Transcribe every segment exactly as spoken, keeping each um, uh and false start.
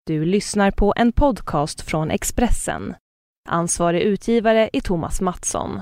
Du lyssnar på en podcast från Expressen. Ansvarig utgivare är Thomas Mattsson.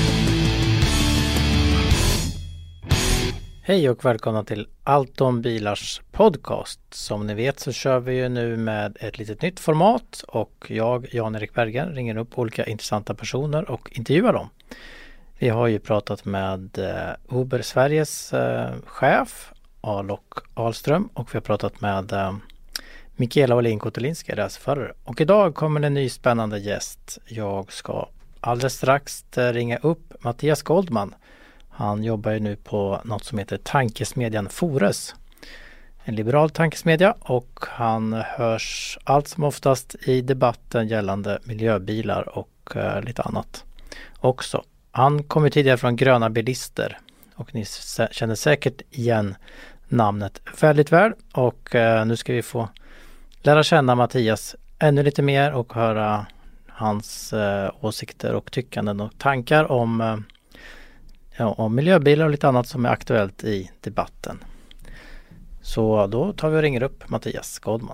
Hej och välkomna till Allt om bilars podcast. Som ni vet så kör vi ju nu med ett litet nytt format och jag, Jan-Erik Bergen, ringer upp olika intressanta personer och intervjuar dem. Vi har ju pratat med eh, Uber Sveriges eh, chef Alok Ahlström och vi har pratat med eh, Mikaela Wallin-Kotelinska, reseförare. Och idag kommer en ny spännande gäst. Jag ska alldeles strax ringa upp Mattias Goldman. Han jobbar ju nu på något som heter tankesmedjan Fores. En liberal tankesmedja och han hörs allt som oftast i debatten gällande miljöbilar och uh, lite annat också. Han kommer tidigare från Gröna bilister och ni sä- känner säkert igen namnet väldigt väl. Och uh, nu ska vi få lära känna Mattias ännu lite mer och höra hans uh, åsikter och tyckanden och tankar om uh, Ja, om miljöbilar och lite annat som är aktuellt i debatten. Så då tar vi och ringer upp Mattias Goldman.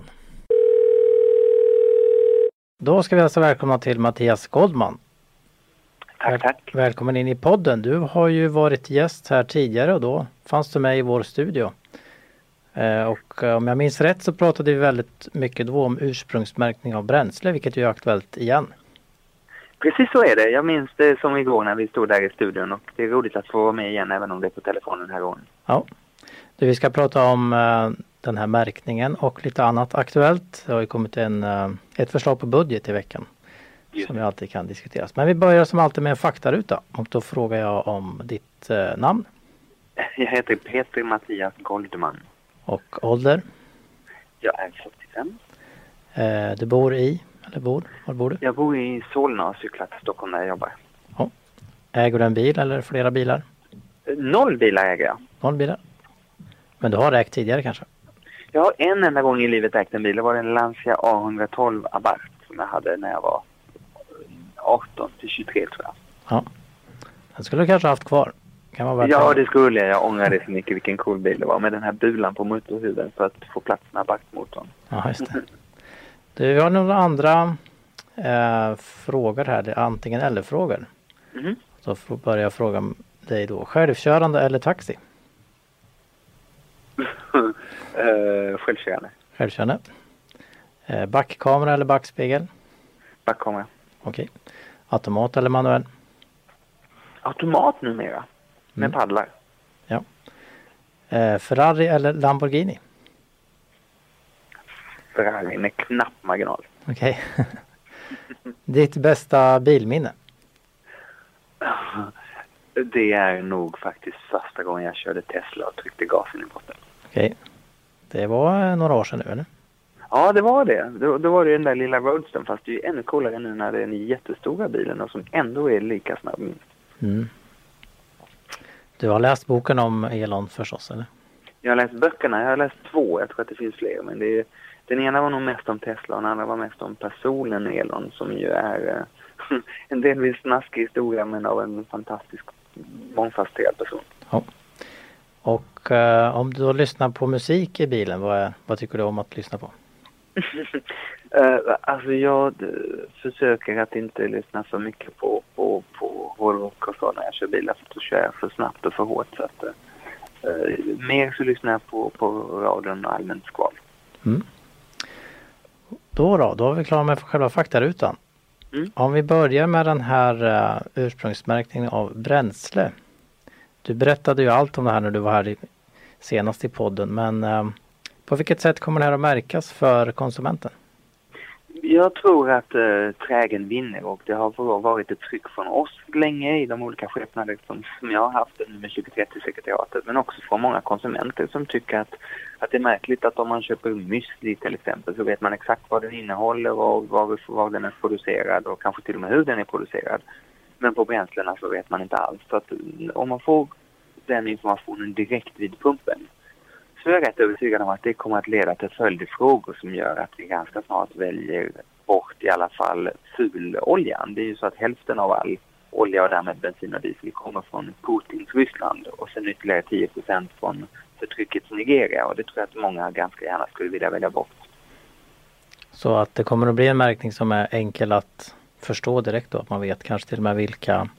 Då ska vi alltså välkomna till Mattias Goldman. Tack, tack. Välkommen in i podden. Du har ju varit gäst här tidigare och då fanns du med i vår studio. Eh, och om jag minns rätt så pratade vi väldigt mycket då om ursprungsmärkning av bränsle, vilket ju är aktuellt igen. Precis så är det. Jag minns det som igår när vi stod där i studion och det är roligt att få vara med igen även om det är på telefonen här gången. Ja, du, vi ska prata om uh, den här märkningen och lite annat aktuellt. Det har ju kommit en, uh, ett förslag på budget i veckan Just. som vi alltid kan diskuteras. Men vi börjar som alltid med en faktaruta och då frågar jag om ditt uh, namn. Jag heter Peter Mattias Goldman. Och ålder? Jag är fyrtiofem. Uh, du bor i? Eller bor? Var bor du? Jag bor i Solna och cyklar till Stockholm där jag jobbar. Ja. Äger du en bil eller flera bilar? Noll bilar äger jag. Noll bilar? Men du har ägt tidigare kanske? Jag har en enda gång i livet ägt en bil. Det var en Lancia A hundratolv Abarth som jag hade när jag var arton till tjugotre tror jag. Ja. Den skulle du kanske haft kvar. Kan man väl ja, det skulle jag. Jag ångrar det så mycket vilken cool bil det var med den här bulan på motorhuven för att få plats med Abarth-motorn. Ja, just det. Du, vi har några andra eh, frågor här. Det är antingen eller frågor. Mm. Så får börja jag fråga dig då. Självkörande eller taxi? uh, självkörande. Självkörande. Eh, backkamera eller backspegel? Backkamera. Okej. Automat eller manuell? Automat numera. Med mm. paddlar. Ja. Eh, Ferrari eller Lamborghini? Ferrari med knapp marginal. Okej. Okay. Ditt bästa bilminne? Det är nog faktiskt första gången jag körde Tesla och tryckte gasen i botten. Okej. Okay. Det var några år sedan nu, eller? Ja, det var det. Då, då var det den där lilla Roadstern, fast det är ju ännu coolare nu när det är den jättestora bilen och som ändå är lika snabb minst. Mm. Du har läst boken om Elon förstås, eller? Jag har läst böckerna. Jag har läst två. Jag tror att det finns fler, men det är den ena var nog mest om Tesla och den andra var mest om personen Elon som ju är eh, en delvis snaskig historia men av en fantastisk mångfacetterad person. Ja. Och eh, om du då lyssnar på musik i bilen, vad, är, vad tycker du om att lyssna på? uh, alltså jag uh, försöker att inte lyssna så mycket på, på, på hårdrock och så när jag kör bilar för då kör jag för snabbt och för hårt. Så att, uh, mer så lyssnar jag på, på radion och allmänt skval. Mm. Då då, då är vi klara med själva faktarutan. Mm. Om vi börjar med den här uh, ursprungsmärkningen av bränsle. Du berättade ju allt om det här när du var här i, senast i podden. Men uh, på vilket sätt kommer det här att märkas för konsumenten? Jag tror att uh, trägen vinner och det har varit ett tryck från oss länge i de olika skepnader som, som jag har haft nu med tjugo trettio-sekretariatet. Men också från många konsumenter som tycker att, att det är märkligt att om man köper müsli till exempel så vet man exakt vad den innehåller och var, var den är producerad och kanske till och med hur den är producerad. Men på bränslena så vet man inte alls. Så att om man får den informationen direkt vid pumpen så är jag rätt övertygad om att det kommer att leda till följdfrågor som gör att vi ganska snart väljer bort i alla fall fuloljan. Det är ju så att hälften av all olja och därmed bensin och diesel kommer från Putins Ryssland och sen ytterligare tio procent från förtryckets Nigeria och det tror jag att många ganska gärna skulle vilja välja bort. Så att det kommer att bli en märkning som är enkel att förstå direkt då. Att man vet kanske till och med vilka,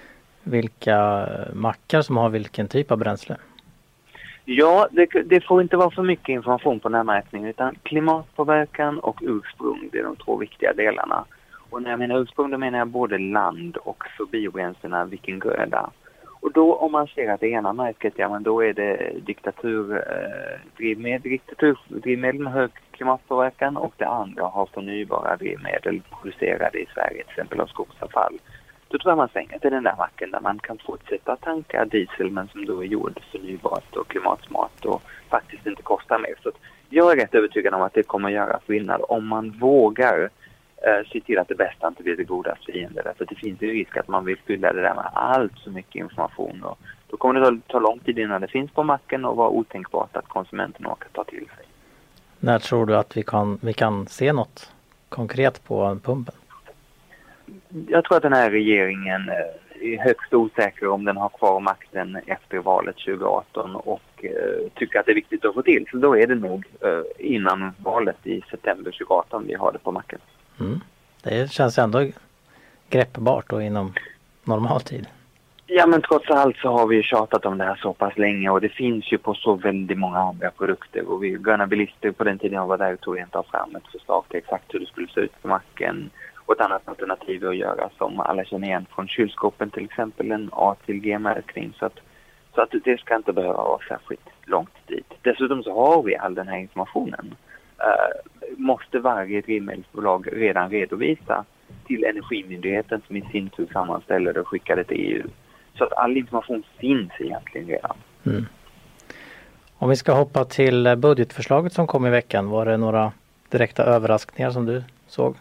vilka mackar som har vilken typ av bränsle. Ja, det, det får inte vara för mycket information på den här märkningen, utan klimatpåverkan och ursprung, det är de två viktiga delarna. Och när jag menar ursprung, då menar jag både land och för biobränslena vilken gröda. Och då om man ser att det ena märket, ja men då är det diktaturdrivmedel, diktaturdrivmedel med hög klimatpåverkan, och det andra har förnybara drivmedel producerade i Sverige, till exempel av skogsavfall. Då tror jag man svänger till den där macken där man kan fortsätta tanka diesel men som då är gjord förnybart och klimatsmart och faktiskt inte kostar mer. Så jag är rätt övertygad om att det kommer att göra skillnad om man vågar eh, se till att det bästa inte blir det godas fiende. Därför det finns ju risk att man vill fylla det där med allt så mycket information. Och då kommer det ta, ta lång tid innan det finns på macken och vara otänkbart att konsumenten orkar ta till sig. När tror du att vi kan, vi kan se något konkret på pumpen? Jag tror att den här regeringen är högst osäker om den har kvar makten efter valet tjugo arton och eh, tycker att det är viktigt att få till. Så då är det nog eh, innan valet i september tjugo arton vi har det på macken. Mm. Det känns ändå greppbart och inom normal tid. Ja, men trots allt så har vi ju tjatat om det här så pass länge och det finns ju på så väldigt många andra produkter. Och vi gröna bilister på den tiden jag var där tog inte ta fram ett förslag till exakt hur det skulle se ut på macken. Och ett annat alternativ är att göra som alla känner igen från kylskåpen, till exempel en A till G-märkning. Så att, så att det ska inte behöva vara särskilt långt dit. Dessutom så har vi all den här informationen. Uh, måste varje drivmedelsbolag redan redovisa till Energimyndigheten som i sin tur sammanställer och skickar det till E U. Så att all information finns egentligen redan. Mm. Om vi ska hoppa till budgetförslaget som kom i veckan, var det några direkta överraskningar som du såg?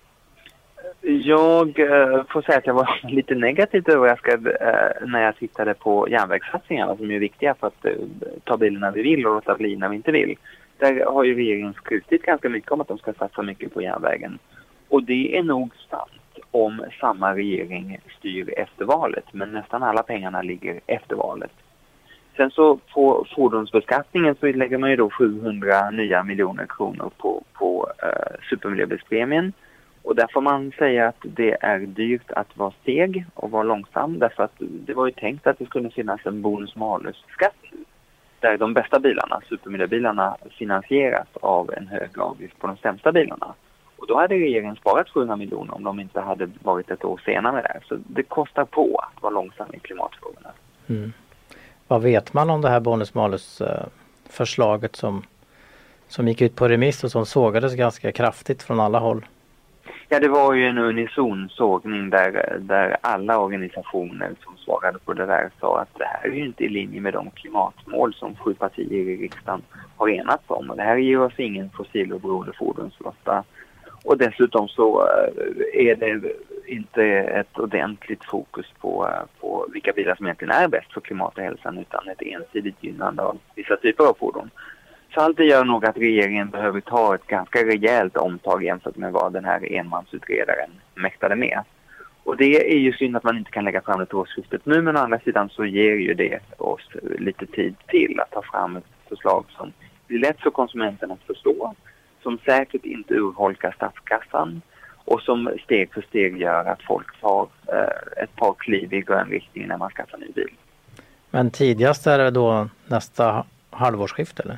Jag eh, får säga att jag var lite negativt överraskad eh, när jag tittade på järnvägssatsningarna som är viktiga för att eh, ta bilen när vi vill och låta bli när vi inte vill. Där har ju regeringen skrutit ganska mycket om att de ska satsa mycket på järnvägen. Och det är nog sant om samma regering styr efter valet, men nästan alla pengarna ligger efter valet. Sen så på fordonsbeskattningen så lägger man ju då sjuhundra nya miljoner kronor på, på eh, supermiljöbilspremien. Och där får man säga att det är dyrt att vara steg och vara långsam, därför att det var ju tänkt att det skulle finnas en bonus-malus-skatt där de bästa bilarna, supermiljöbilarna, finansieras av en hög avgift på de sämsta bilarna. Och då hade regeringen sparat sjuhundra miljoner om de inte hade varit ett år senare där. Så det kostar på att vara långsam i klimatfrågorna. Mm. Vad vet man om det här bonus-malus-förslaget som, som gick ut på remiss och som sågades ganska kraftigt från alla håll? Ja, det var ju en unison sågning där, där alla organisationer som svarade på det där sa att det här är ju inte i linje med de klimatmål som sju partier i riksdagen har enats om. Och det här ger oss ingen fossiloberoende fordonsflotta. Och dessutom så är det inte ett ordentligt fokus på, på vilka bilar som egentligen är bäst för klimat och hälsan, utan ett ensidigt gynnande av vissa typer av fordon. Så allt det gör nog att regeringen behöver ta ett ganska rejält omtag jämfört med vad den här enmansutredaren mäktade med. Och det är ju synd att man inte kan lägga fram ett årsskiftet nu, men å andra sidan så ger ju det oss lite tid till att ta fram ett förslag som blir lätt för konsumenten att förstå, som säkert inte urholkar statskassan och som steg för steg gör att folk tar eh, ett par kliv i grön riktning när man skaffar ny bil. Men tidigast är det då nästa halvårsskifte eller?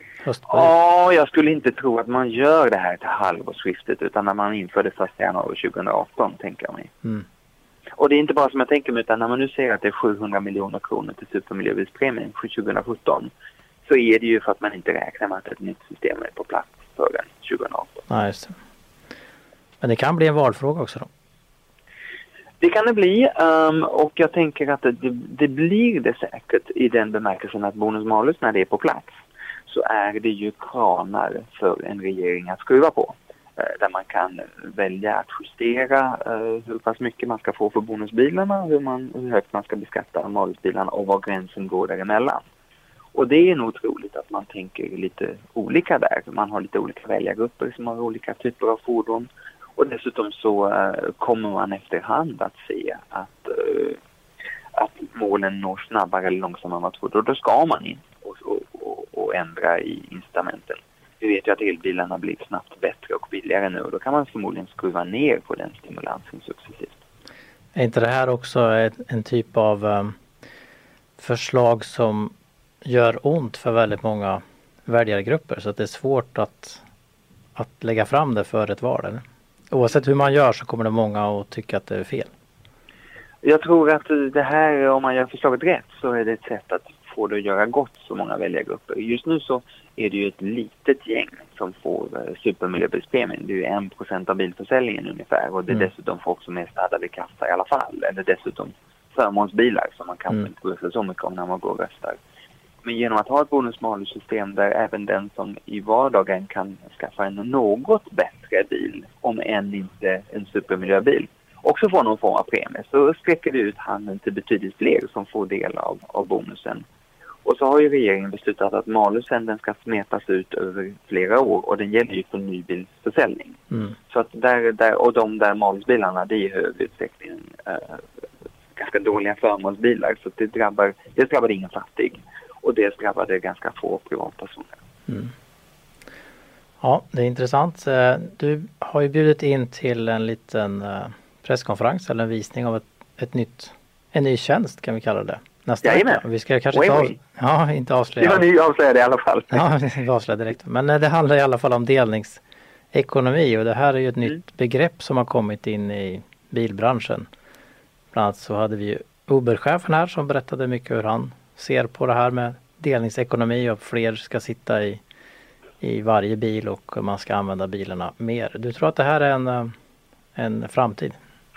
Ja, jag skulle inte tro att man gör det här till halvårsskiftet utan när man inför det första januari tjugo arton, tänker jag mig. Mm. Och det är inte bara som jag tänker mig, utan när man nu ser att det är sjuhundra miljoner kronor till supermiljöbilspremien för tjugo sjutton så är det ju för att man inte räknar med att ett nytt system är på plats förrän tjugo arton. Ja, just det. Men det kan bli en valfråga också då? Det kan det bli um, och jag tänker att det, det blir det säkert i den bemärkelsen att bonus-malus när det är på plats så är det ju kranar för en regering att skruva på. Eh, där man kan välja att justera eh, hur pass mycket man ska få för bonusbilarna, hur, man, hur högt man ska beskatta malusbilarna och var gränsen går däremellan. Och det är nog troligt att man tänker lite olika där. Man har lite olika väljargrupper som har olika typer av fordon. Och dessutom så eh, kommer man efterhand att se att, eh, att målen når snabbare eller långsammare än vad man tror. Då ska man in och, och, och, och ändra i incitamenten. vi vet ju att elbilarna blir snabbt bättre och billigare nu och då kan man förmodligen skruva ner på den stimulansen successivt. Är inte det här också en, en typ av um, förslag som gör ont för väldigt många väljargrupper så att det är svårt att, att lägga fram det för ett val? Eller? Oavsett hur man gör så kommer det många att tycka att det är fel. Jag tror att det här, om man gör förslaget rätt, så är det ett sätt att få det att göra gott för många väljargrupper. Just nu så är det ju ett litet gäng som får supermiljöbilspremien. Det är ju en procent av bilförsäljningen ungefär och det är mm. dessutom folk som är stadda vid kassa i alla fall. Eller dessutom förmånsbilar som man kanske mm. inte bryr sig så mycket om när man går och röstar. Men genom att ha ett bonus-malus-system där även den som i vardagen kan skaffa en något bättre bil, om än inte en supermiljöbil, också får någon form av premie, så sträcker det ut handen till betydligt fler som får del av, av bonusen. Och så har ju regeringen beslutat att malusen den ska smetas ut över flera år och den gäller ju för nybilsförsäljning. Mm. Så att där, där, och de där malusbilarna, det är i hög utsträckning äh, ganska dåliga förmånsbilar så det drabbar, det drabbar ingen fattig. Och det drabbade ganska få privatpersoner. Mm. Ja, det är intressant. Du har ju bjudit in till en liten presskonferens eller en visning av ett, ett nytt, en ny tjänst kan vi kalla det. Nästa vecka. Vi ska kanske ta, ja, inte avslöja. Det var ni avslöjade i alla fall. Ja, vi avslöjade direkt. Men det handlar i alla fall om delningsekonomi och det här är ju ett mm. nytt begrepp som har kommit in i bilbranschen. Bland annat så hade vi ju Uber-chefen här som berättade mycket hur han ser på det här med delningsekonomi och fler ska sitta i, i varje bil och man ska använda bilarna mer. Du tror att det här är en, en framtid?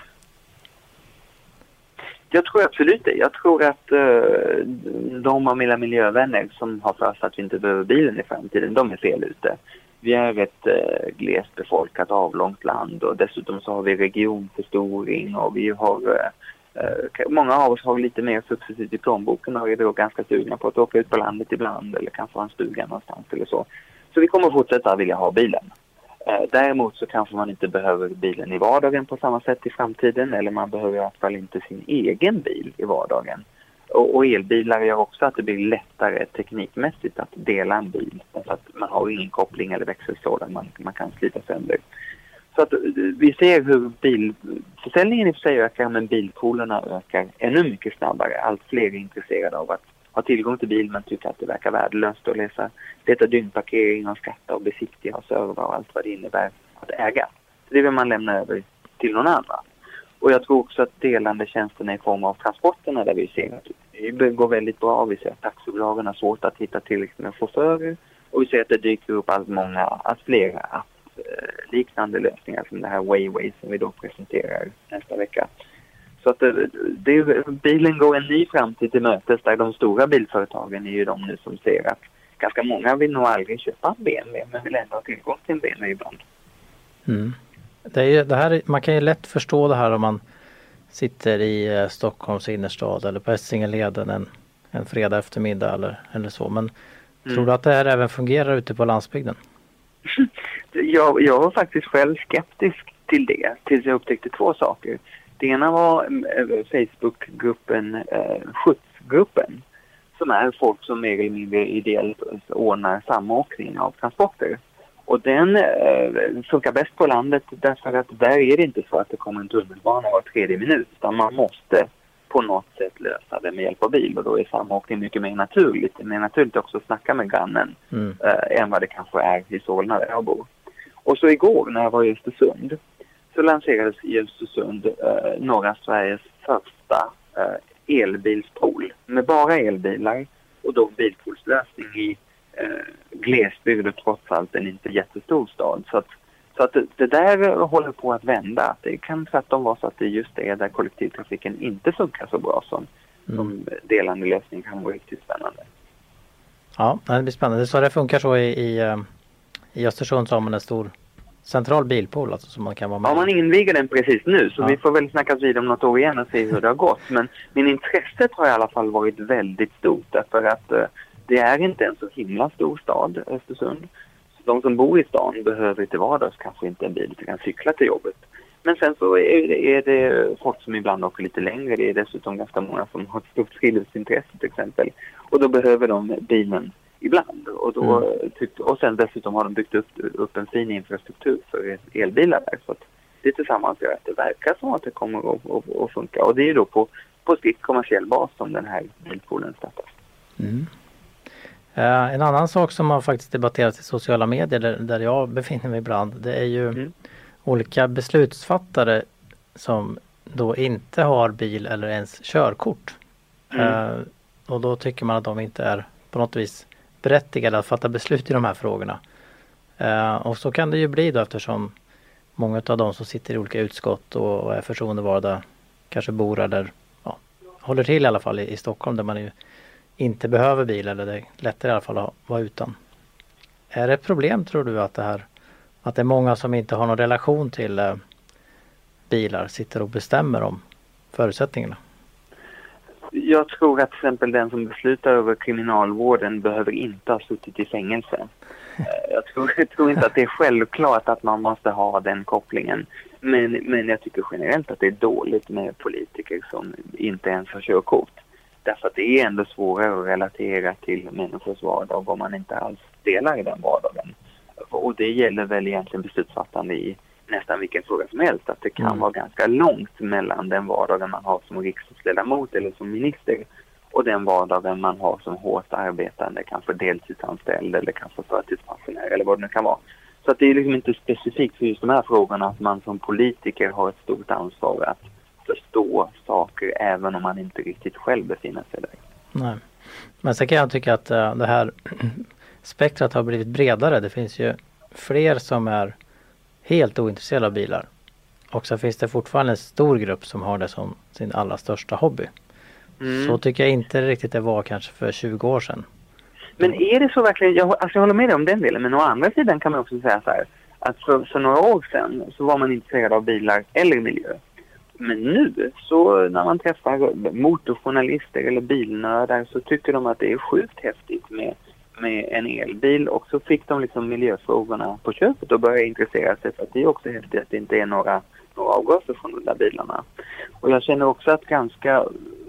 Jag tror absolut det. Jag tror att uh, de av mina miljövänner som har för sig att vi inte behöver bilen i framtiden, de är fel ute. Vi är ett uh, glest befolkat avlångt land och dessutom så har vi regionförstoring och vi har uh, Uh, många av oss har lite mer successivt i plånboken och är då ganska sugna på att åka ut på landet ibland eller kanske ha en stuga någonstans eller så. Så vi kommer fortsätta vilja ha bilen. Uh, däremot så kanske man inte behöver bilen i vardagen på samma sätt i framtiden eller man behöver i alla fall inte sin egen bil i vardagen. Och, och elbilar gör också att det blir lättare teknikmässigt att dela en bil. Därför att man har ingen koppling eller växelstrålar man, man kan slita sönder. Så att vi ser hur bilförsäljningen i sig ökar men bilpoolerna ökar ännu mycket snabbare. Allt fler är intresserade av att ha tillgång till bil men tycker att det verkar värdelöst att läsa detta dygnparkering och skatta och besiktiga och serva och allt vad det innebär att äga. Så det vill man lämna över till någon annan. Och jag tror också att delande tjänsterna i form av transporterna där vi ser att det går väldigt bra. Vi ser att taxibolagen har svårt att hitta tillräckligt med chaufförer och vi ser att det dyker upp allt många, allt fler liknande lösningar som det här Wayway som vi då presenterar nästa vecka. Så att det, det, bilen går en ny framtid till mötes där de stora bilföretagen är ju de nu som ser att ganska många vill nog aldrig köpa en B M W men vill ändå ha tillgång till en B M W ibland. Mm. Det är ju, det här, man kan ju lätt förstå det här om man sitter i eh, Stockholms innerstad eller på Essingeleden en, en fredag eftermiddag eller, eller så. Men mm. tror du att det här även fungerar ute på landsbygden? Jag, jag var faktiskt själv skeptisk till det tills jag upptäckte två saker. Det ena var äh, Facebookgruppen äh, Skjutsgruppen som är folk som mer eller mindre ideellt ordnar samåkning av transporter. Och den äh, funkar bäst på landet därför att där är det inte så att det kommer en tunnelbana var tredje minut utan man måste på något sätt lösa det med hjälp av bil och då är samåkning mycket mer naturligt. Det är mer naturligt också att snacka med grannen mm. äh, än vad det kanske är i Solna där jag bor. Och så igår när jag var i Östersund så lanserades i Östersund äh, norra Sveriges första äh, elbilspool med bara elbilar och då bilpoolslösning i äh, glesbygd och trots allt en inte jättestor stad. Så att, så att det, det där håller på att vända. Det kan tvärtom vara så att det just är där kollektivtrafiken inte funkar så bra som, mm. som delande lösning kan vara riktigt spännande. Ja, det blir spännande. Så det funkar så i, i, i Östersund så har man en stor central bilpool alltså, som man kan vara med. Ja, man inviger den precis nu så ja. Vi får väl snacka vid om något år igen och se hur det har gått. Men min intresset har i alla fall varit väldigt stort därför att uh, det är inte en så himla stor stad, Östersund. Så de som bor i stan behöver till vardags kanske inte en bil utan kan cykla till jobbet. Men sen så är det, är det folk som ibland åker lite längre. Det är dessutom ganska många som har ett stort friluftsintresse till exempel. Och då behöver de bilen ibland. Och, då Mm. tyckte, och sen dessutom har de byggt upp, upp en fin infrastruktur för elbilar där. Så att det tillsammans gör att det verkar som att det kommer att, att, att funka. Och det är ju då på, på strikt kommersiell bas som den här bilpoolen startas. Mm. Uh, en annan sak som har faktiskt debatterats i sociala medier där, där jag befinner mig ibland, det är ju mm. olika beslutsfattare som då inte har bil eller ens körkort. Mm. Uh, och då tycker man att de inte är på något vis berättigade att fatta beslut i de här frågorna. Uh, och så kan det ju bli då, eftersom många av de som sitter i olika utskott och, och är förtroendevalda kanske bor eller ja, håller till i alla fall i, i Stockholm, där man ju inte behöver bil, eller det är lättare i alla fall att vara utan. Är det ett problem, tror du, att det här att det är många som inte har någon relation till eh, bilar sitter och bestämmer om förutsättningarna? Jag tror att till exempel den som beslutar över kriminalvården behöver inte ha suttit i fängelse. Jag tror, jag tror inte att det är självklart att man måste ha den kopplingen. Men, men jag tycker generellt att det är dåligt med politiker som inte ens har körkort. Därför att det är ändå svårare att relatera till människors vardag om man inte alls delar i den vardagen. Och det gäller väl egentligen beslutsfattande i nästan vilken fråga som helst. Att det kan mm. vara ganska långt mellan den vardagen man har som riksdagsledamot eller som minister och den vardagen man har som hårt arbetande, kanske deltidsanställd eller kanske förtidspensionär eller vad det nu kan vara. Så att det är liksom inte specifikt för just de här frågorna att man som politiker har ett stort ansvar att förstå saker även om man inte riktigt själv befinner sig där. Nej. Men så kan jag tycka att uh, det här spektrat har blivit bredare. Det finns ju fler som är helt ointresserade av bilar. Och så finns det fortfarande en stor grupp som har det som sin allra största hobby. Mm. Så tycker jag inte riktigt det var kanske för tjugo år sedan. Men är det så verkligen, jag, alltså jag håller med dig om den delen, men å andra sidan kan man också säga så här, att för, för några år sedan så var man intresserad av bilar eller miljö. Men nu, så när man träffar motorjournalister eller bilnördar så tycker de att det är sjukt häftigt med, med en elbil. Och så fick de liksom miljöfrågorna på köpet och började intressera sig för att det är också häftigt att det inte är några, några avgaser från de där bilarna. Och jag känner också att ganska,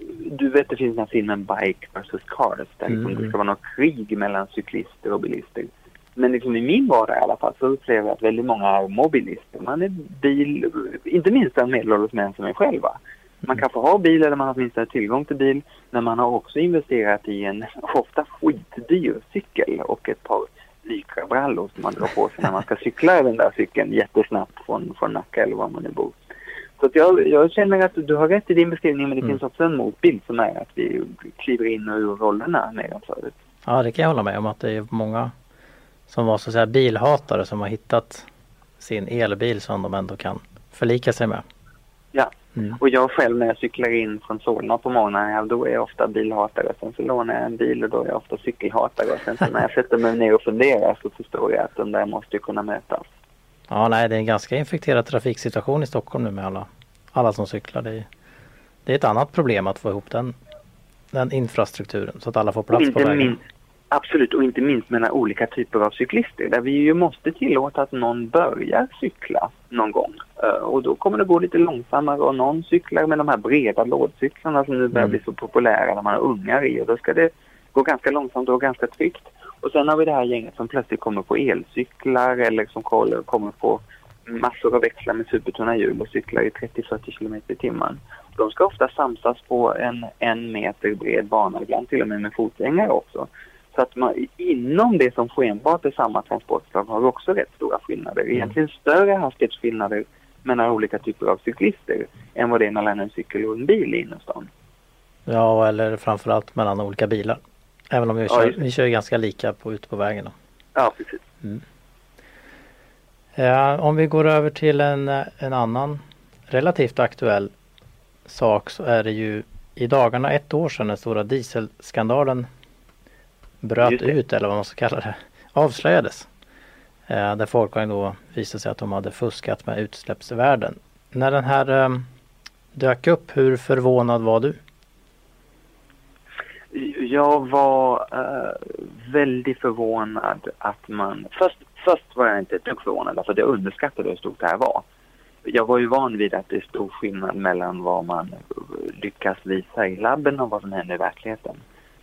du vet det finns den här filmen Bike versus Cars där liksom mm. det ska vara något krig mellan cyklister och bilister. Men liksom i min vardag i alla fall så upplever jag att väldigt många är mobilister. Man är bil, inte minst en medelålders män som är själva. Man kanske har bil eller man har åtminstone tillgång till bil. Men man har också investerat i en ofta skitdyr cykel och ett par lykrabrallor som man drar på sig när man ska cykla den där cykeln jättesnabbt från, från Nacka eller var man nu bor. Så att jag, jag känner att du har rätt i din beskrivning, men det mm. finns också en motbild som är att vi kliver in och ur rollerna mer än förut. Ja, det kan jag hålla med om, att det är många som var så att säga bilhatare som har hittat sin elbil som de ändå kan förlika sig med. Ja, mm. och jag själv när jag cyklar in från Solna på morgonen, ja, då är jag ofta bilhatare. Sen så lånar jag en bil och då är jag ofta cykelhatare. Och sen så när jag sätter mig ner och funderar så förstår jag att de där måste kunna mötas. Ja, nej, det är en ganska infekterad trafiksituation i Stockholm nu med alla, alla som cyklar. Det är, det är ett annat problem att få ihop den, den infrastrukturen så att alla får plats på vägen. Min... Absolut, och inte minst mellan olika typer av cyklister där vi ju måste tillåta att någon börjar cykla någon gång. Uh, och då kommer det gå lite långsammare och någon cyklar med de här breda lådcyklarna som nu börjar mm. bli så populära när man har ungar i, och då ska det gå ganska långsamt och ganska tryggt. Och sen har vi det här gänget som plötsligt kommer på elcyklar eller som kommer på massor av växlar med supertunna hjul och cyklar i trettio till fyrtio kilometer i timmen. De ska ofta samsas på en en meter bred bana, ibland till och med med fotgängare också. Så att man, inom det som skenbart är samma transportslag har vi också rätt stora skillnader. Mm. Egentligen större hastighetsskillnader mellan olika typer av cyklister än vad det är mellan en cykel och en bil i innerstan. Ja, eller framförallt mellan olika bilar. Även om vi kör, ja, vi kör ganska lika på, ute på vägen. Då. Ja, precis. Mm. Ja, om vi går över till en, en annan relativt aktuell sak, så är det ju i dagarna ett år sedan den stora dieselskandalen bröt ut, eller vad man ska kalla det, avslöjades. Eh, där Folkvagn då visade sig att de hade fuskat med utsläppsvärden. När den här eh, dök upp, hur förvånad var du? Jag var eh, väldigt förvånad att man... Först, först var jag inte ett dugg förvånad, för jag underskattade hur stort det här var. Jag var ju van vid att det är stor skillnad mellan vad man lyckas visa i labben och vad som händer i verkligheten.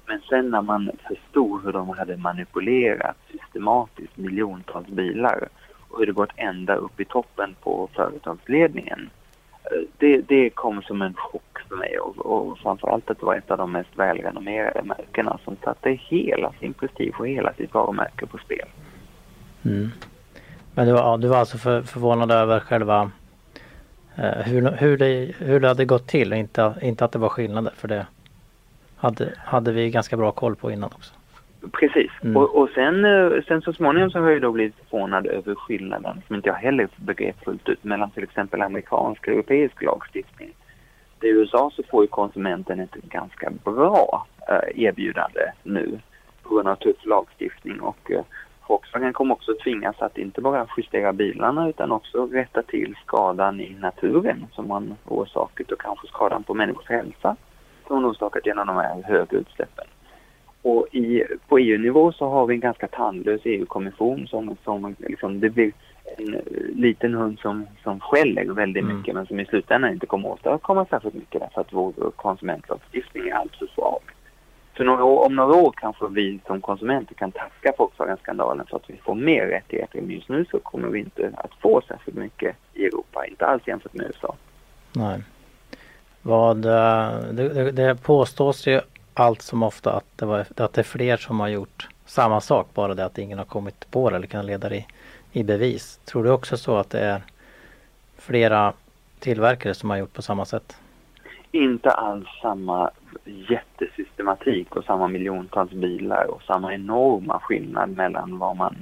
Men sen när man förstod hur de hade manipulerat systematiskt miljontals bilar och hur det gått ända upp i toppen på företagsledningen, det, det kom som en chock för mig. Och, och framförallt att det var ett av de mest välrenommerade märkena som satte hela sin prestige och hela sitt varumärke på spel. Mm. Men du var, ja, du var alltså för, förvånad över själva eh, hur, hur, det, hur det hade gått till, inte, inte att det var skillnader, för det hade, hade vi ganska bra koll på innan också. Precis. Mm. Och, och sen, sen så småningom så har jag då blivit förvånad över skillnaden som inte jag heller begrep fullt ut mellan till exempel amerikansk och europeisk lagstiftning. I U S A så får ju konsumenten ett ganska bra eh, erbjudande nu på grund av tuff lagstiftning, och eh, Volkswagen kommer också tvingas att inte bara justera bilarna utan också rätta till skadan i naturen som man orsakat, och kanske skadan på människors hälsa som man orsakat genom de här höga utsläppen. Och i, på E U-nivå så har vi en ganska tandlös E U-kommission som, som liksom, det blir en liten hund som, som skäller väldigt mm. mycket, men som i slutändan inte kommer åt att komma särskilt mycket därför att vår konsumentlagstiftning är alltför svag. Så några år, om några år kanske vi som konsumenter kan tacka Volkswagen-skandalen för att vi får mer rättigheter. Men just nu så kommer vi inte att få särskilt mycket i Europa, inte alls jämfört med U S A. Nej. Vad, det, det, det påstås ju allt som ofta att det, var, att det är fler som har gjort samma sak, bara det att ingen har kommit på det eller kan leda det i, i bevis. Tror du också så att det är flera tillverkare som har gjort på samma sätt? Inte alls samma jättesystematik och samma miljontals bilar och samma enorma skillnad mellan vad man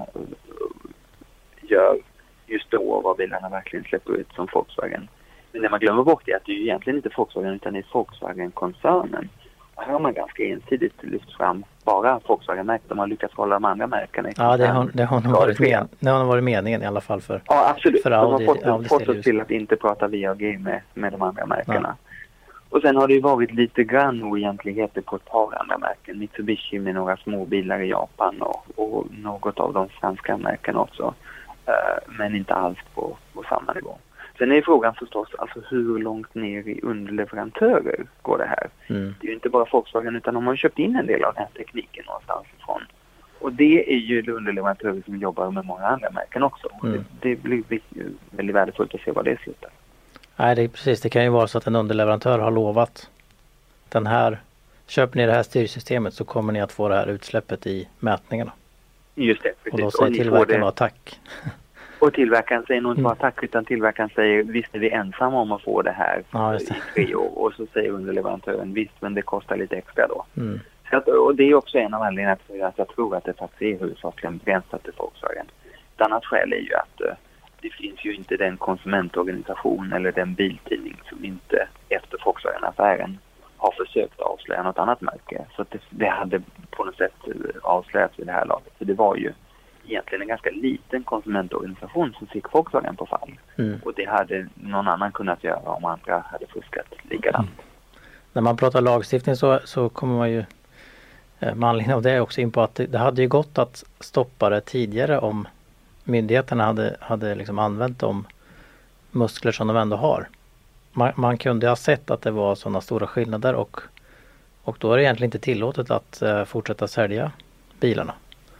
gör just då och vad bilarna verkligen släpper ut som Volkswagen. Men det man glömmer bort är att det är ju egentligen inte Volkswagen utan det är Volkswagen-koncernen. Och här har man ganska ensidigt lyft fram bara Volkswagen-märken. De har lyckats hålla de andra märkena. Ja, det har, det har nog varit, men, det har varit meningen i alla fall för Ja, absolut. För Audi, de har fått, fått oss till att inte prata V A G med, med de andra märkena. Ja. Och sen har det ju varit lite grann oegentligheter på ett par andra märken. Mitsubishi med några små bilar i Japan och, och något av de franska märken också. Uh, men inte alls på, på samma nivå. Sen är frågan förstås alltså hur långt ner i underleverantörer går det här. Mm. Det är ju inte bara Volkswagen utan de har köpt in en del av den här tekniken någonstans ifrån. Och det är ju underleverantörer som jobbar med många andra märken också. Mm. Det, det blir väldigt värdefullt att se vad det slutar. Nej, det är precis. Det kan ju vara så att en underleverantör har lovat den här, köper ni det här styrsystemet så kommer ni att få det här utsläppet i mätningarna. Just det, precis. Och då säger tillverkaren bara tack. Och tillverkaren säger nog inte bara tack utan tillverkaren säger visst är vi ensamma om att få det här ja, det. i tre år. Och så säger underleverantören visst men det kostar lite extra då. Mm. Så att, och det är också en av anledningarna till att jag tror att det faktiskt är huvudsakligen begränsat till Volkswagen. Ett annat skäl är ju att uh, det finns ju inte den konsumentorganisation eller den biltidning som inte efter Volkswagen-affären har försökt avslöja något annat märke. Så att det, det hade på något sätt avslöjats i det här laget. Så det var ju egentligen en ganska liten konsumentorganisation som fick Volkswagen på fall. Mm. Och det hade någon annan kunnat göra om andra hade fuskat likadant. Mm. När man pratar lagstiftning så, så kommer man ju med anledning av det också in på att det, det hade ju gått att stoppa det tidigare om myndigheterna hade, hade liksom använt de muskler som de ändå har. Man, man kunde ha sett att det var sådana stora skillnader och, och då är det egentligen inte tillåtet att uh, fortsätta sälja bilarna.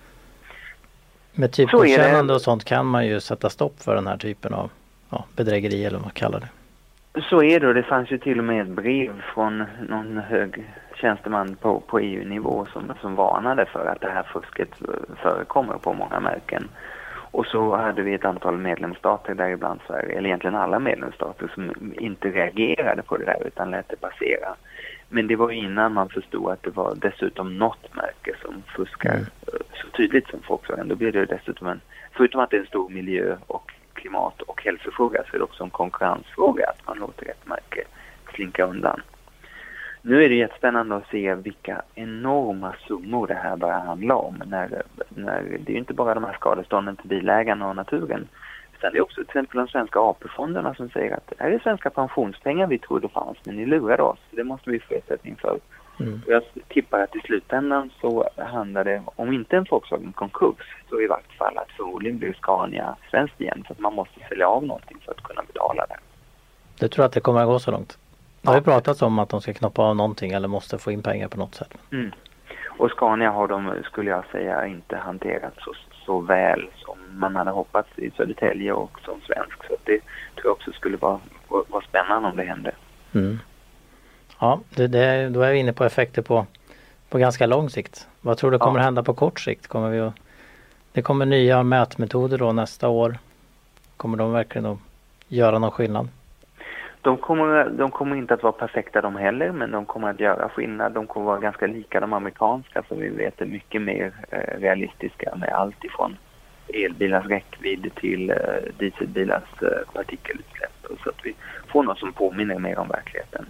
Med typgodkännande och sånt kan man ju sätta stopp för den här typen av ja, bedrägeri eller vad man kallar det. Så är det, och det fanns ju till och med ett brev från någon hög tjänsteman på, på E U-nivå som, som varnade för att det här fusket förekommer på många märken. Och så hade vi ett antal medlemsstater däribland Sverige, eller egentligen alla medlemsstater som inte reagerade på det där utan lät det passera. Men det var innan man förstod att det var dessutom något märke som fuskar mm. så tydligt som Volkswagen. Då blir det dessutom en, förutom att det är en stor miljö- och klimat- och hälsofråga så är det också en konkurrensfråga att man låter ett märke slinka undan. Nu är det jättespännande att se vilka enorma summor det här börjar handla om. När, när, det är ju inte bara de här skadestånden till bilägarna och naturen. Utan det är också till exempel de svenska A P-fonderna som säger att det här är svenska pensionspengar vi trodde fanns men ni lurade oss. Det måste vi få ersättning för. Mm. Och jag tippar att i slutändan så handlar det om inte en Volkswagen-konkurs så i vart fall att förmodligen blir Scania svenskt igen för att man måste sälja av någonting för att kunna betala det. Du tror att det kommer att gå så långt? Det har ju pratats om att de ska knoppa av någonting eller måste få in pengar på något sätt. Mm. Och Scania har de, skulle jag säga, inte hanterat så, så väl som man hade hoppats i Södertälje och som svensk. Så det tror jag också skulle vara, vara spännande om det hände. Mm. Ja, det, det, då är vi inne på effekter på, på ganska lång sikt. Vad tror du kommer ja. hända på kort sikt? Kommer vi att, det kommer nya mätmetoder då nästa år. Kommer de verkligen att göra någon skillnad? De kommer, de kommer inte att vara perfekta de heller, men de kommer att göra skillnad. De kommer vara ganska lika de amerikanska, så vi vet är mycket mer eh, realistiska med allt ifrån elbilars räckvidd till eh, dieselbilars eh, partikelutsläpp. Så att vi får något som påminner mer om verkligheten.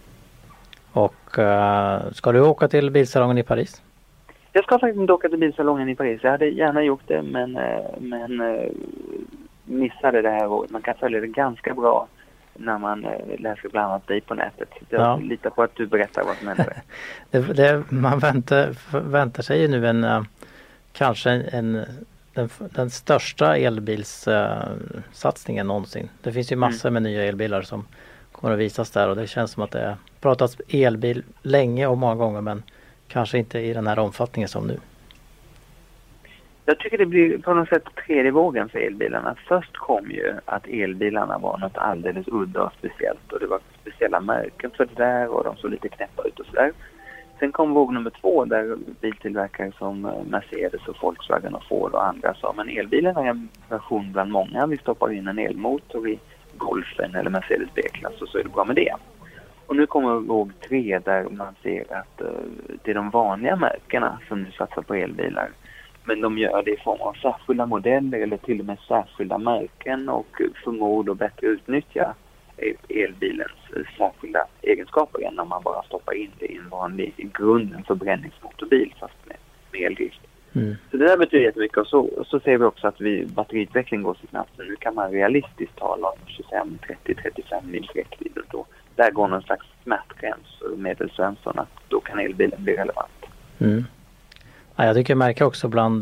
Och uh, ska du åka till bilsalongen i Paris? Jag ska faktiskt inte åka till bilsalongen i Paris. Jag hade gärna gjort det, men, eh, men eh, missade det här året. Man kan följa det ganska bra när man läser bland annat dig på nätet. Jag ja. litar på att du berättar vad som händer. det, det, man väntar, väntar sig ju nu en uh, kanske en, den, den största elbilssatsningen uh, någonsin. Det finns ju massor med mm. nya elbilar som kommer att visas där, och det känns som att det pratats elbil länge och många gånger, men kanske inte i den här omfattningen som nu. Jag tycker det blir på något sätt tredje vågen för elbilarna. Först kom ju att elbilarna var något alldeles udda och speciellt, och det var speciella märken för det där och de såg lite knäppa ut och sådär. Sen kom våg nummer två där biltillverkare som Mercedes och Volkswagen och Ford och andra sa, men elbilen är en version bland många. Vi stoppar in en elmotor i Golfen eller Mercedes B-klass och så är det bra med det. Och nu kommer våg tre där man ser att uh, det är de vanliga märkena som nu satsar på elbilar. Men de gör det i form av särskilda modeller eller till och med särskilda märken och förmår att bättre utnyttja elbilens särskilda egenskaper än när man bara stoppar in det i en vanlig i grunden förbränningsmotorbil fast med, med eldrift. Mm. Så det där betyder jättemycket, och så, så ser vi också att vi, batteriutveckling går så snabbt, så nu kan man realistiskt tala om tjugofem, trettio, trettiofem mils räckvidd, och då där går någon slags smärtgräns för Medelsvensson att då kan elbilen bli relevant. Mm. Ja, jag tycker jag märker också bland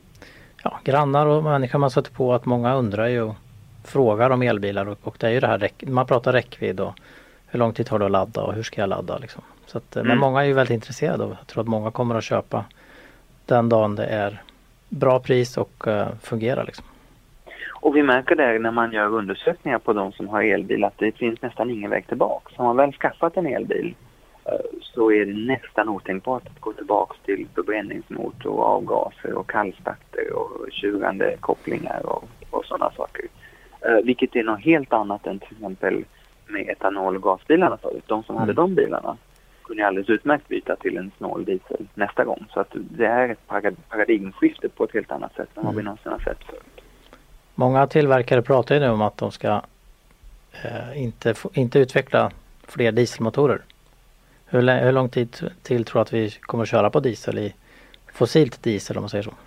ja, grannar och människor man sätter på att många undrar ju och frågar om elbilar, och, och det är ju det här, man pratar räckvidd och hur lång tid tar det att ladda och hur ska jag ladda liksom. Så att, mm. Men många är ju väldigt intresserade, och jag tror att många kommer att köpa den dagen det är bra pris och uh, fungerar liksom. Och vi märker där när man gör undersökningar på de som har elbil att det finns nästan ingen väg tillbaka. Har man väl skaffat en elbil så är det nästan otänkbart att gå tillbaka till förbränningsmotor och avgaser och kallstarter och tjurande kopplingar och, och sådana saker. Uh, vilket är något helt annat än till exempel med etanol- och gasbilarna förut. De som mm. hade de bilarna kunde alldeles utmärkt byta till en snål diesel nästa gång. Så att det är ett paradigmskifte på ett helt annat sätt än vad vi någonsin har sett förut. Många tillverkare pratar ju nu om att de ska eh, inte, inte utveckla fler dieselmotorer. Hur, hur lång tid till tror du att vi kommer att köra på diesel, i fossilt diesel om man säger så?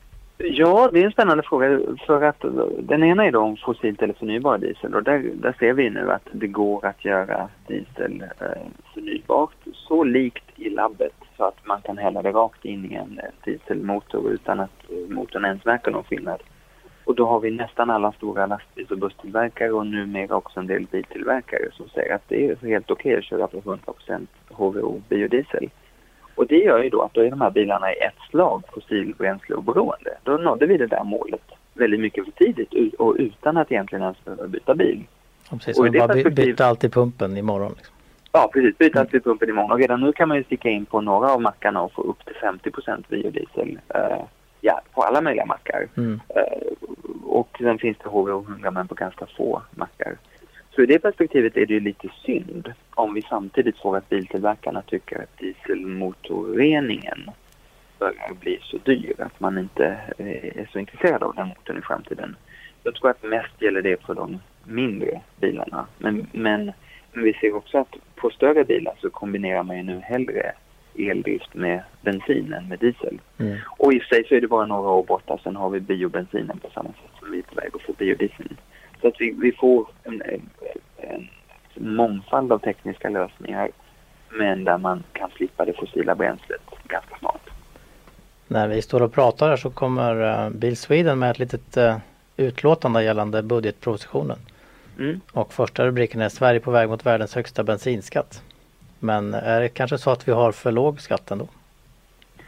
Ja, det är en spännande fråga, för att den ena är då om fossilt eller förnybar diesel, och där, där ser vi nu att det går att göra diesel eh, förnybart så likt i labbet så att man kan hälla det rakt in i en dieselmotor utan att motorn ens märker någon skillnad. Och då har vi nästan alla stora lastbils- och busstillverkare och numera också en del biltillverkare som säger att det är helt okej att köra på hundra procent H V O biodiesel. Och det gör ju då att då är de här bilarna i ett slag fossilbränsle och beroende. Då nådde vi det där målet väldigt mycket för tidigt och utan att egentligen ens behöva byta bil. Ja, precis, och bara perspektiv... byta alltid pumpen imorgon. Liksom. Ja, precis. Byta alltid pumpen imorgon. Och redan nu kan man ju sticka in på några av mackarna och få upp till femtio procent biodiesel. Uh, ja, på alla möjliga mackar. Mm. Uh, och sen finns det H V O hundra men på ganska få mackar. Så i det perspektivet är det ju lite synd om vi samtidigt får att biltillverkarna tycker att dieselmotorreningen börjar bli så dyr att man inte är så intresserad av den motorn i framtiden. Jag tror att mest gäller det för de mindre bilarna. Men, men, men vi ser också att på större bilar så kombinerar man ju nu hellre eldrift med bensin än med diesel. Mm. Och i sig så är det bara några år borta, sen har vi biobensinen på samma sätt som vi är på väg att få biodieseln. Så att vi, vi får en, en, en mångfald av tekniska lösningar, men där man kan slippa det fossila bränslet ganska snart. När vi står och pratar här så kommer uh, Bil Sweden med ett litet uh, utlåtande gällande budgetpropositionen. Mm. Och första rubriken är Sverige på väg mot världens högsta bensinskatt. Men är det kanske så att vi har för låg skatt ändå?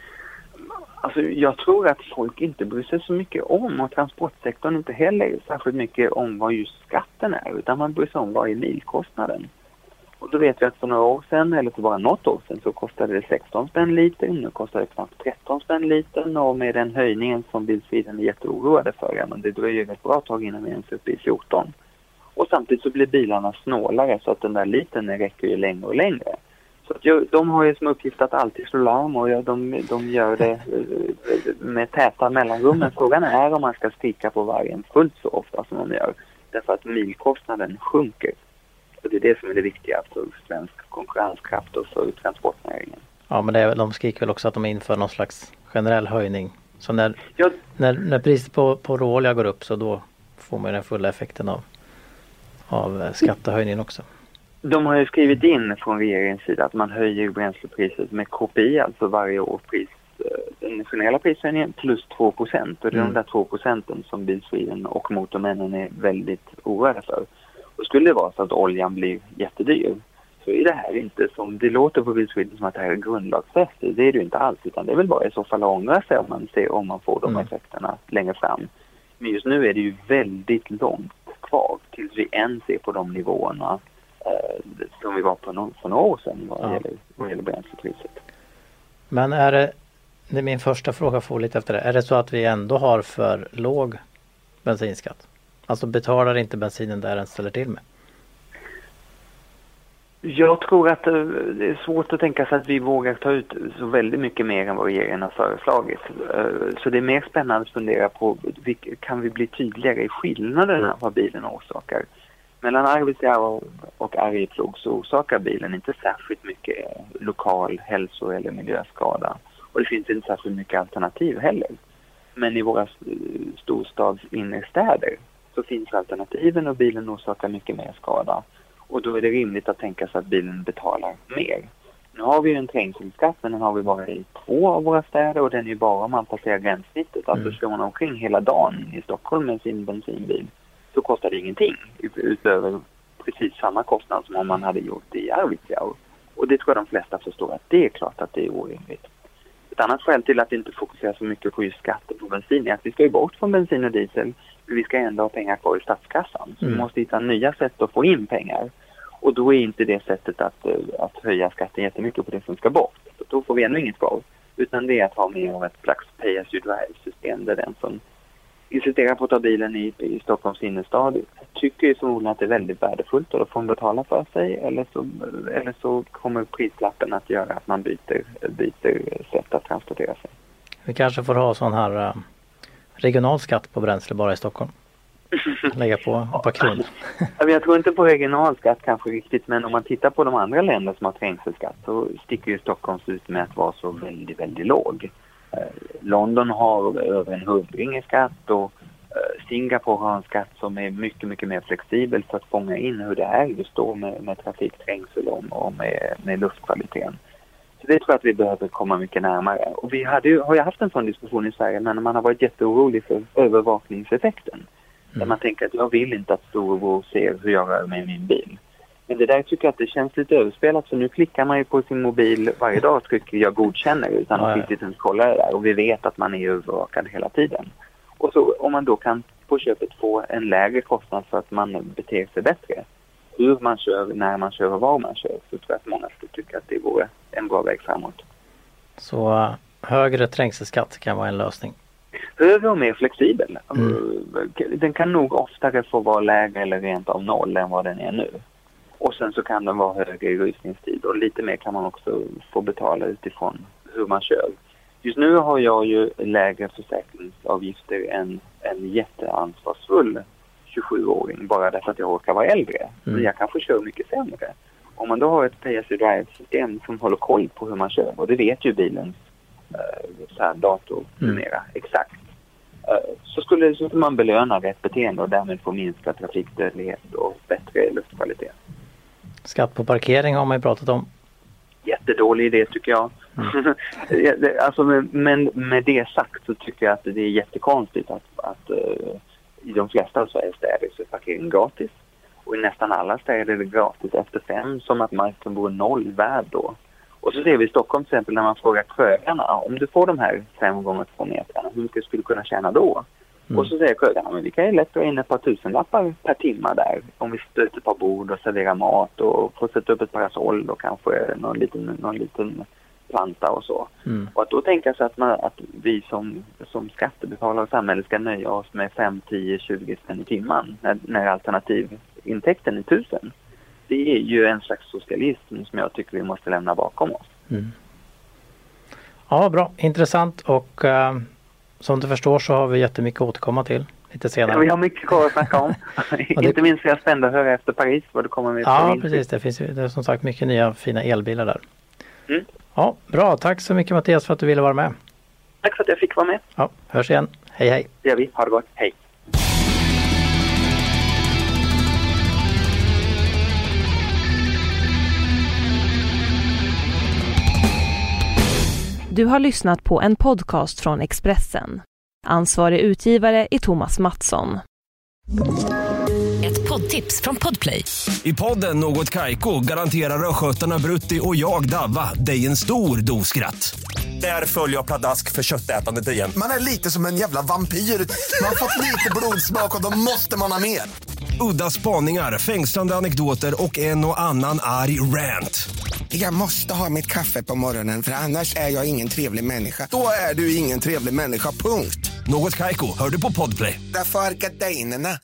Alltså jag tror att folk inte bryr sig så mycket om, och transportsektorn inte heller särskilt mycket om vad just skatten är, utan man bryr sig om vad är milkostnaden. Och då vet vi att för några år sedan, eller för bara något år sedan, så kostade det sexton spänn liter, nu kostar det knappt tretton spänn liter, och med den höjningen som Bilsviden är jätteoroade för, ja, men det dröjer ett bra tag innan vi ens uppe i fjorton. Och samtidigt så blir bilarna snålare, så att den där litern räcker ju längre och längre. Så att jag, de har ju som uppgift att alltid slå larm, och de, de gör det med täta mellanrum. Men frågan är om man ska skrika på vargen fullt så ofta som de gör. Därför att milkostnaden sjunker. Och det är det som är det viktiga för svensk konkurrenskraft och för transportnäringen. Ja, men det är, de skriker väl också att de inför någon slags generell höjning. Så när, ja. när, när priset på, på råolja går upp, så då får man den fulla effekten av, av skattehöjningen också. De har ju skrivit in från regeringens sida att man höjer bränslepriset med K P I, alltså varje år pris, den nationella prishöjningen plus två procent. Och det är mm. de där två procenten som Bilsviden och Motormännen är väldigt oroade för. Och skulle det vara så att oljan blir jättedyr, så är det här inte som det låter på Bilsviden som att det här är grundlagsfäst. Det är det ju inte alls, utan det är väl bara i så fall att ångra sig om man ser om man får de mm. effekterna längre fram. Men just nu är det ju väldigt långt kvar tills vi än ser på de nivåerna eh, som vi var på no- för några år sedan vad, ja. gäller, vad gäller bränslepriset. Men är det, det är min första fråga får lite efter det. Är det så att vi ändå har för låg bensinskatt? Alltså betalar inte bensinen där den ställer till med? Jag tror att det är svårt att tänka sig att vi vågar ta ut så väldigt mycket mer än vad regeringen har föreslagit. Så det är mer spännande att fundera på, kan vi bli tydligare i skillnaderna vad bilen orsakar? Mellan Arvidsjaur och Arjeplog så orsakar bilen inte särskilt mycket lokal hälso- eller miljöskada. Och det finns inte särskilt mycket alternativ heller. Men i våra storstadsinnerstäder så finns alternativen, och bilen orsakar mycket mer skada. Och då är det rimligt att tänka sig att bilen betalar mer. Nu har vi ju en trängselskatt, men den har vi bara i två av våra städer, och den är ju bara om man passerar gränssnittet. Alltså ska man omkring hela dagen i Stockholm med sin bensinbil, så kostar det ingenting utöver precis samma kostnad som om man hade gjort i Arvidsjaur. Och det tror jag de flesta förstår, att det är klart att det är orimligt. Ett annat skäl till att inte fokusera så mycket på just skatten på bensin är att vi ska ju bort från bensin och diesel, men vi ska ändå ha pengar kvar i statskassan. Så mm. vi måste hitta nya sätt att få in pengar. Och då är inte det sättet att, att höja skatten jättemycket på det som ska bort. Så då får vi ändå inget kvar. Utan det är att ha mer av ett slags pay-as-you-drive-system, där den som insisterar på att ta bilen i, i Stockholms innerstad tycker ju förmodligen att det är väldigt värdefullt, och då får man betala för sig, eller så, eller så kommer prislappen att göra att man byter, byter sätt att transportera sig. Vi kanske får ha sån här uh, regional skatt på bränsle bara i Stockholm. Lägga på ett par kronor. Jag tror inte på regional skatt kanske riktigt, men om man tittar på de andra länder som har trängselskatt, så sticker ju Stockholms ut med att vara så väldigt, väldigt låg. London har över en hundring i skatt, och Singapore har en skatt som är mycket, mycket mer flexibel för att fånga in hur det är just då med, med trafikträngsel och med, med luftkvaliteten. Så det tror jag att vi behöver komma mycket närmare. Och vi hade ju, har ju haft en sån diskussion i Sverige, men man har varit jätteorolig för övervakningseffekten. Mm. Där man tänker att jag vill inte att storebror ser hur jag rör mig i min bil. Men det där tycker jag att det känns lite överspelat, så nu klickar man ju på sin mobil varje dag och trycker jag godkänner utan att riktigt ens kolla det där. Och vi vet att man är övervakad hela tiden. Och så om man då kan på köpet få en lägre kostnad för att man beter sig bättre, hur man kör, när man kör och var man kör, så tror jag att många skulle tycka att det vore en bra väg framåt. Så uh, högre trängselskatt kan vara en lösning? Högre och mer flexibel. Mm. Den kan nog oftare få vara lägre eller rent av noll än vad den är nu. Och sen så kan den vara högre i rusningstid, och lite mer kan man också få betala utifrån hur man kör. Just nu har jag ju lägre försäkringsavgifter än en jätteansvarsfull tjugosjuåring, bara därför att jag råkar vara äldre. Mm. Men jag kanske kör mycket sämre. Om man då har ett pay-as-you-drive-system som håller koll på hur man kör, och det vet ju bilens eh, dator numera mm. exakt, eh, så skulle, så skulle man belöna rätt beteende och därmed få minskad trafikdödlighet och bättre luftkvalitet. Skatt på parkering har man ju pratat om. Jättedålig idé tycker jag. Mm. alltså, men med det sagt så tycker jag att det är jättekonstigt att, att uh, i de flesta av Sveriges städer så är parkering gratis. Och i nästan alla städer är det gratis efter fem, som att marken vore noll värd då. Och så ser vi i Stockholm till exempel när man frågar krögarna, om du får de här fem gånger två metrarna, hur mycket skulle du kunna tjäna då? Mm. Och så säger krögarna, men vi kan ju lätt dra in ett par tusenlappar per timme där. Om vi stöter ett par bord och serverar mat och får sätta upp ett parasoll och kanske någon liten, någon liten planta och så. Mm. Och att då tänka sig att, man, att vi som, som skattebetalare och samhället ska nöja oss med fem, tio, tjugo spänn i timman när, när alternativintäkten är tusen. Det är ju en slags socialism som jag tycker vi måste lämna bakom oss. Mm. Ja, bra. Intressant och uh, som du förstår så har vi jättemycket att återkomma till lite senare. Ja, vi har mycket kvar att snacka om. det... Inte minst är jag spänd att höra efter Paris vad det kommer med. Ja, precis. Det finns det är som sagt mycket nya fina elbilar där. Mm. Ja, bra. Tack så mycket Mattias för att du ville vara med. Tack för att jag fick vara med. Ja, hörs igen. Hej hej. Det gör vi. Ha det gott. Hej. Du har lyssnat på en podcast från Expressen. Ansvarig utgivare är Thomas Mattsson. Ett poddtips från Podplay. I podden Något Kaiko garanterar röskötarna Brutti och jag Davva dig en stor doskratt. Där följer jag pladask för köttätandet igen. Man är lite som en jävla vampyr. Man har fått lite blodsmak och då måste man ha mer. Udda spaningar, fängslande anekdoter och en och annan arg rant. Jag måste ha mitt kaffe på morgonen för annars är jag ingen trevlig människa. Då är du ingen trevlig människa, punkt. Något Kaiko, hör du på Podplay. Därför är gardinerna.